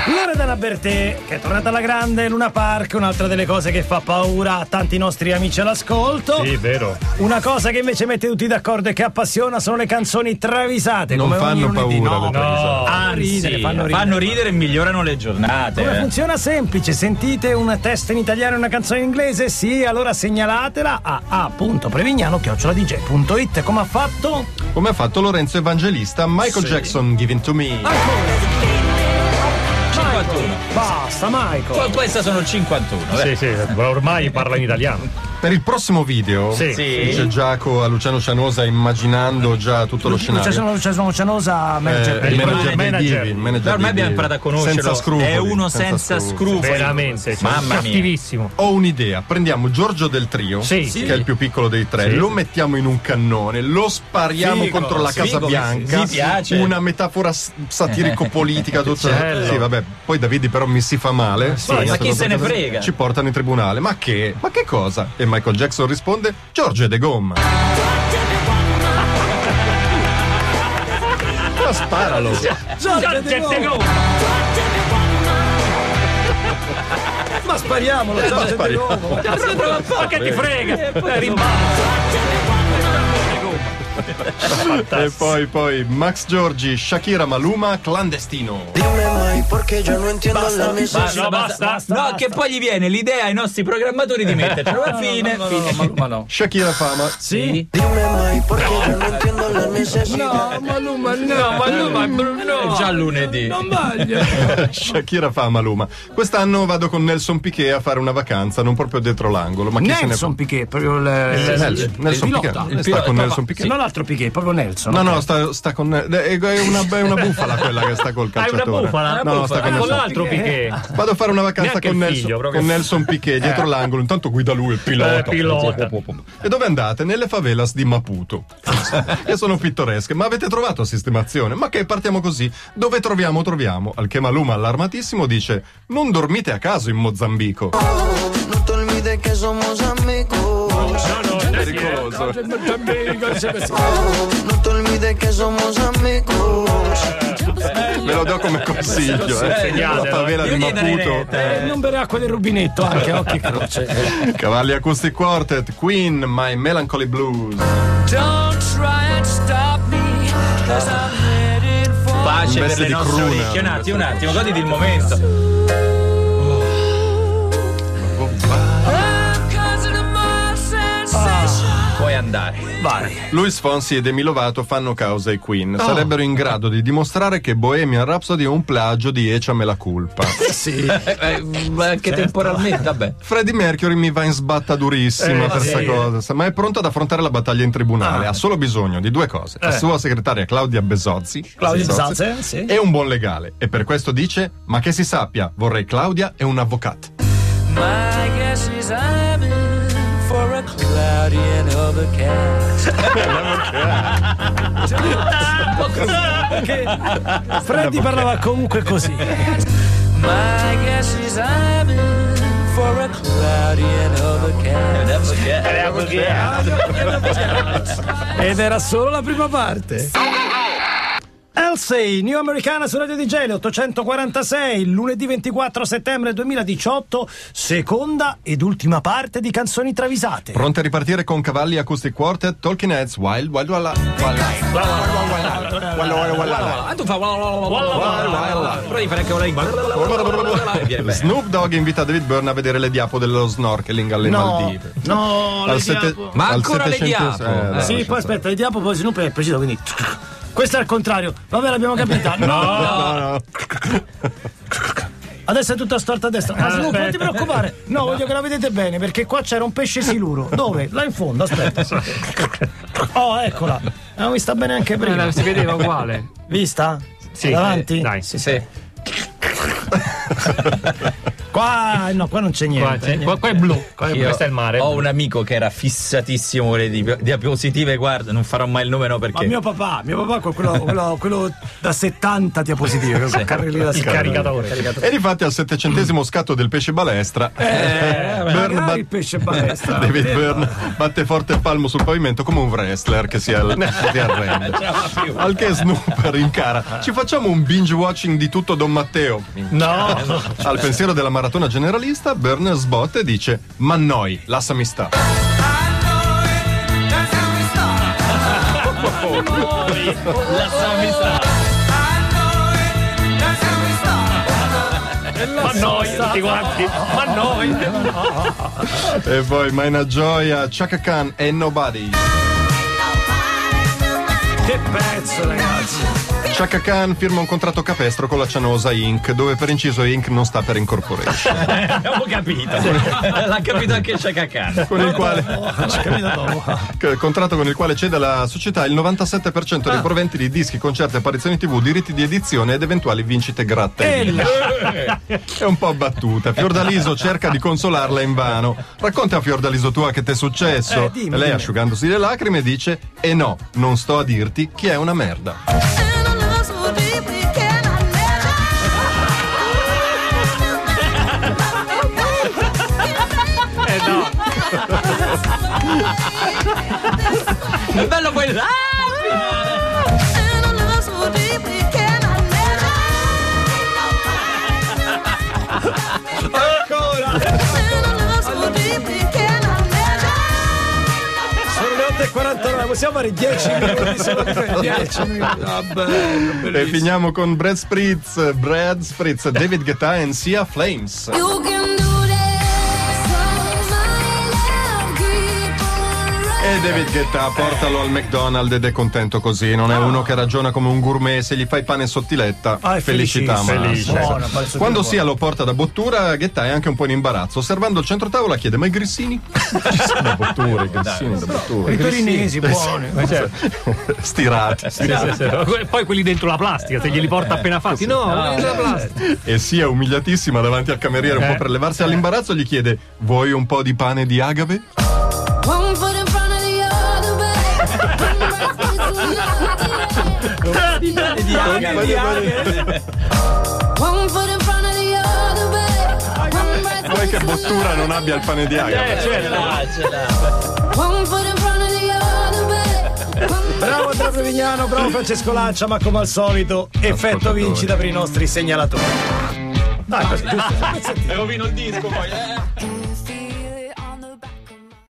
Loredana Bertè, che è tornata alla grande, Luna Park, un'altra delle cose che fa paura a tanti nostri amici all'ascolto. Sì, vero. Una cosa che invece mette tutti d'accordo e che appassiona sono le canzoni travisate. Non come fanno ogni lunedì. paura le travisate. Anzi, fanno ridere e migliorano le giornate. Come funziona? Semplice, sentite un testo in italiano e una canzone in inglese? Sì, allora segnalatela a a.prevignano@dj.it. Come ha fatto? Come ha fatto Lorenzo Evangelista, Michael Jackson, Give It To Me. 51. Basta, Michael. Questa sono 51. Sì, ormai parla in italiano. Per il prossimo video, Sì. dice Giacomo a Luciano Cianosa, immaginando già tutto lo scenario. Luciano Cianosa, Il manager dei divi, il manager Ormai dei abbiamo divi. imparato a conoscerlo. Senza scrupoli, È uno senza scrupoli. Veramente, Mamma mia. cattivissimo. Ho un'idea, prendiamo Giorgio del Trio, Sì. che è il più piccolo dei tre, Sì. lo mettiamo in un cannone, lo spariamo Figo, contro la Casa figo, Bianca, mi piace. una metafora satirico-politica tutta. Bello. Sì, vabbè, poi Davide però mi si fa male. Ma chi se ne frega? Ci portano in tribunale, ma che cosa? E Michael Jackson risponde: Giorgio è de gomma. Ma sparalo. Ma spariamolo, spariamo. Ma che ti frega? E poi Max Giorgi, Shakira Maluma, Clandestino. Basta. No, che poi gli viene l'idea ai nostri programmatori di mettercelo alla fine. Ma no. Shakira Fama. Sì? No, Maluma, no. È già lunedì. Non voglio. Shakira fa Maluma. Quest'anno vado con Nelson Piquet a fare una vacanza, non proprio dietro l'angolo. Ma chi Nelson Piquet, proprio Nelson Piquet. Sta con Nelson Piquet. Non l'altro Piquet, proprio Nelson. No, sta con. È una bufala quella che sta col Hai calciatore. una bufala? No, sta con Con Nelson. l'altro Piquet. Vado a fare una vacanza Neanche con il figlio, proprio. Nelson Piquet dietro l'angolo. Intanto guida lui il pilota. Pilota. E dove andate? Nelle favelas di Maputo. Che sono pittoresche. Ma avete trovato sistemazione? Ma che partiamo così? Dove troviamo? Al che Maluma, allarmatissimo, dice: non dormite a caso in Mozambico. No te olvides que somos amigos. Pericoloso. No te olvides que somos amigos. Me lo do come consiglio, La favela di Maputo. Non bere acqua del rubinetto, anche occhi e croce. Cavalli Acoustic Quartet, Queen, My Melancholy Blues. Don't try and stop me, 'cause I'm headed for. Pace per Veste le di nostre crooner. orecchie. Un attimo, goditi il momento. Puoi andare. Vai. Luis Fonsi e Demi Lovato fanno causa ai Queen. Sarebbero in grado di dimostrare che Bohemian Rhapsody è un plagio di Echame la colpa. Sì. Anche temporalmente, vabbè. Freddie Mercury mi va in sbatta durissima per questa cosa, ma è pronto ad affrontare la battaglia in tribunale. Ha solo bisogno di due cose: la sua segretaria Claudia Besozzi Sì. e un buon legale. E per questo dice: ma che si sappia, vorrei Claudia e un avvocato. My guess is I'm in for a cloudy and overcast. Freddy parlava comunque così. My guess is I'm in for a cloudy and overcast. Ed era solo la prima parte. Elsie, New Americana su Radio DJ, 846, lunedì 24 settembre 2018, seconda ed ultima parte di Canzoni Travisate. Pronti a ripartire con Cavalli Acoustic Quartet, Talking Heads, Wild Wild Walla. Tu fa però devi fare anche una. Snoop Dogg invita David Byrne a vedere le diapo dello snorkeling alle Maldive. No, Al Ma al ancora le 700 diapo? sì, poi aspetta, le diapo, poi Snoop è preciso, quindi questo è il contrario. Vabbè, l'abbiamo capita. No. Adesso è tutta storta a destra. Ma Snoop, non ti preoccupare. No, voglio che la vedete bene, perché qua c'era un pesce siluro. Dove? Là in fondo, aspetta. Oh, eccola. Non mi sta bene anche prima. Si vedeva uguale. Vista? Sì. Davanti? Dai. Sì. Qua non c'è niente. Qua è blu, questo è il mare. Ho un amico che era fissatissimo con le diapositive, guarda, non farò mai il nome, no, perché Ma mio papà quello da 70 diapositive, il caricatore. E difatti al 700° scatto del pesce balestra magari il pesce balestra. David Byrne batte forte il palmo sul pavimento come un wrestler che si arrende. Al che Snooper incara: ci facciamo un binge watching di tutto Don Matteo? No. Al pensiero della maratona generalista Byrne sbotta e dice: ma noi, lasciami sta. Ma noi tutti quanti. Ma noi. E poi, ma è una gioia, Chaka Khan e Nobody. Che pezzo, ragazzi. Chaka Khan firma un contratto capestro con la Cianosa Inc., dove per inciso Inc. non sta per incorporation. abbiamo capito. L'ha capito anche Chaka Khan. Con il quale contratto con il quale cede alla società il 97% dei proventi di dischi, concerti, apparizioni TV, diritti di edizione ed eventuali vincite gratte. È un po' abbattuta. Fiordaliso cerca di consolarla invano. Racconta a Fiordaliso tua che t'è successo. Dimmi, e lei, asciugandosi le lacrime, dice: e no, non sto a dirti chi è una merda. È bello poi. Sono le 8:49, possiamo fare 10 minuti solo di 10 minuti. Bello, E finiamo con Brad Spritz, David Guetta e Sia Flames. E David Guetta, portalo al McDonald's ed è contento così. Non è uno che ragiona come un gourmet. Se gli fai pane e sottiletta, felicità. Buona, Quando Sia lo porta da bottura, Guetta è anche un po' in imbarazzo. Osservando il centro tavola chiede: ma i grissini? Ci sono da botture, i grissini da botture. I torinesi buoni. Stirati. Poi quelli dentro la plastica, se glieli porta appena fatti. No, dentro la plastica. E Sia, umiliatissima davanti al cameriere, un po' per levarsi all'imbarazzo, gli chiede: vuoi un po' di pane di agave? Vuoi che bottura non abbia il pane di agave? Bravo Andrea Prevignano, bravo Francesco Lancia, ma come al solito effetto vincita per i nostri segnalatori. Dai, così, giusto? Rovino il disco poi,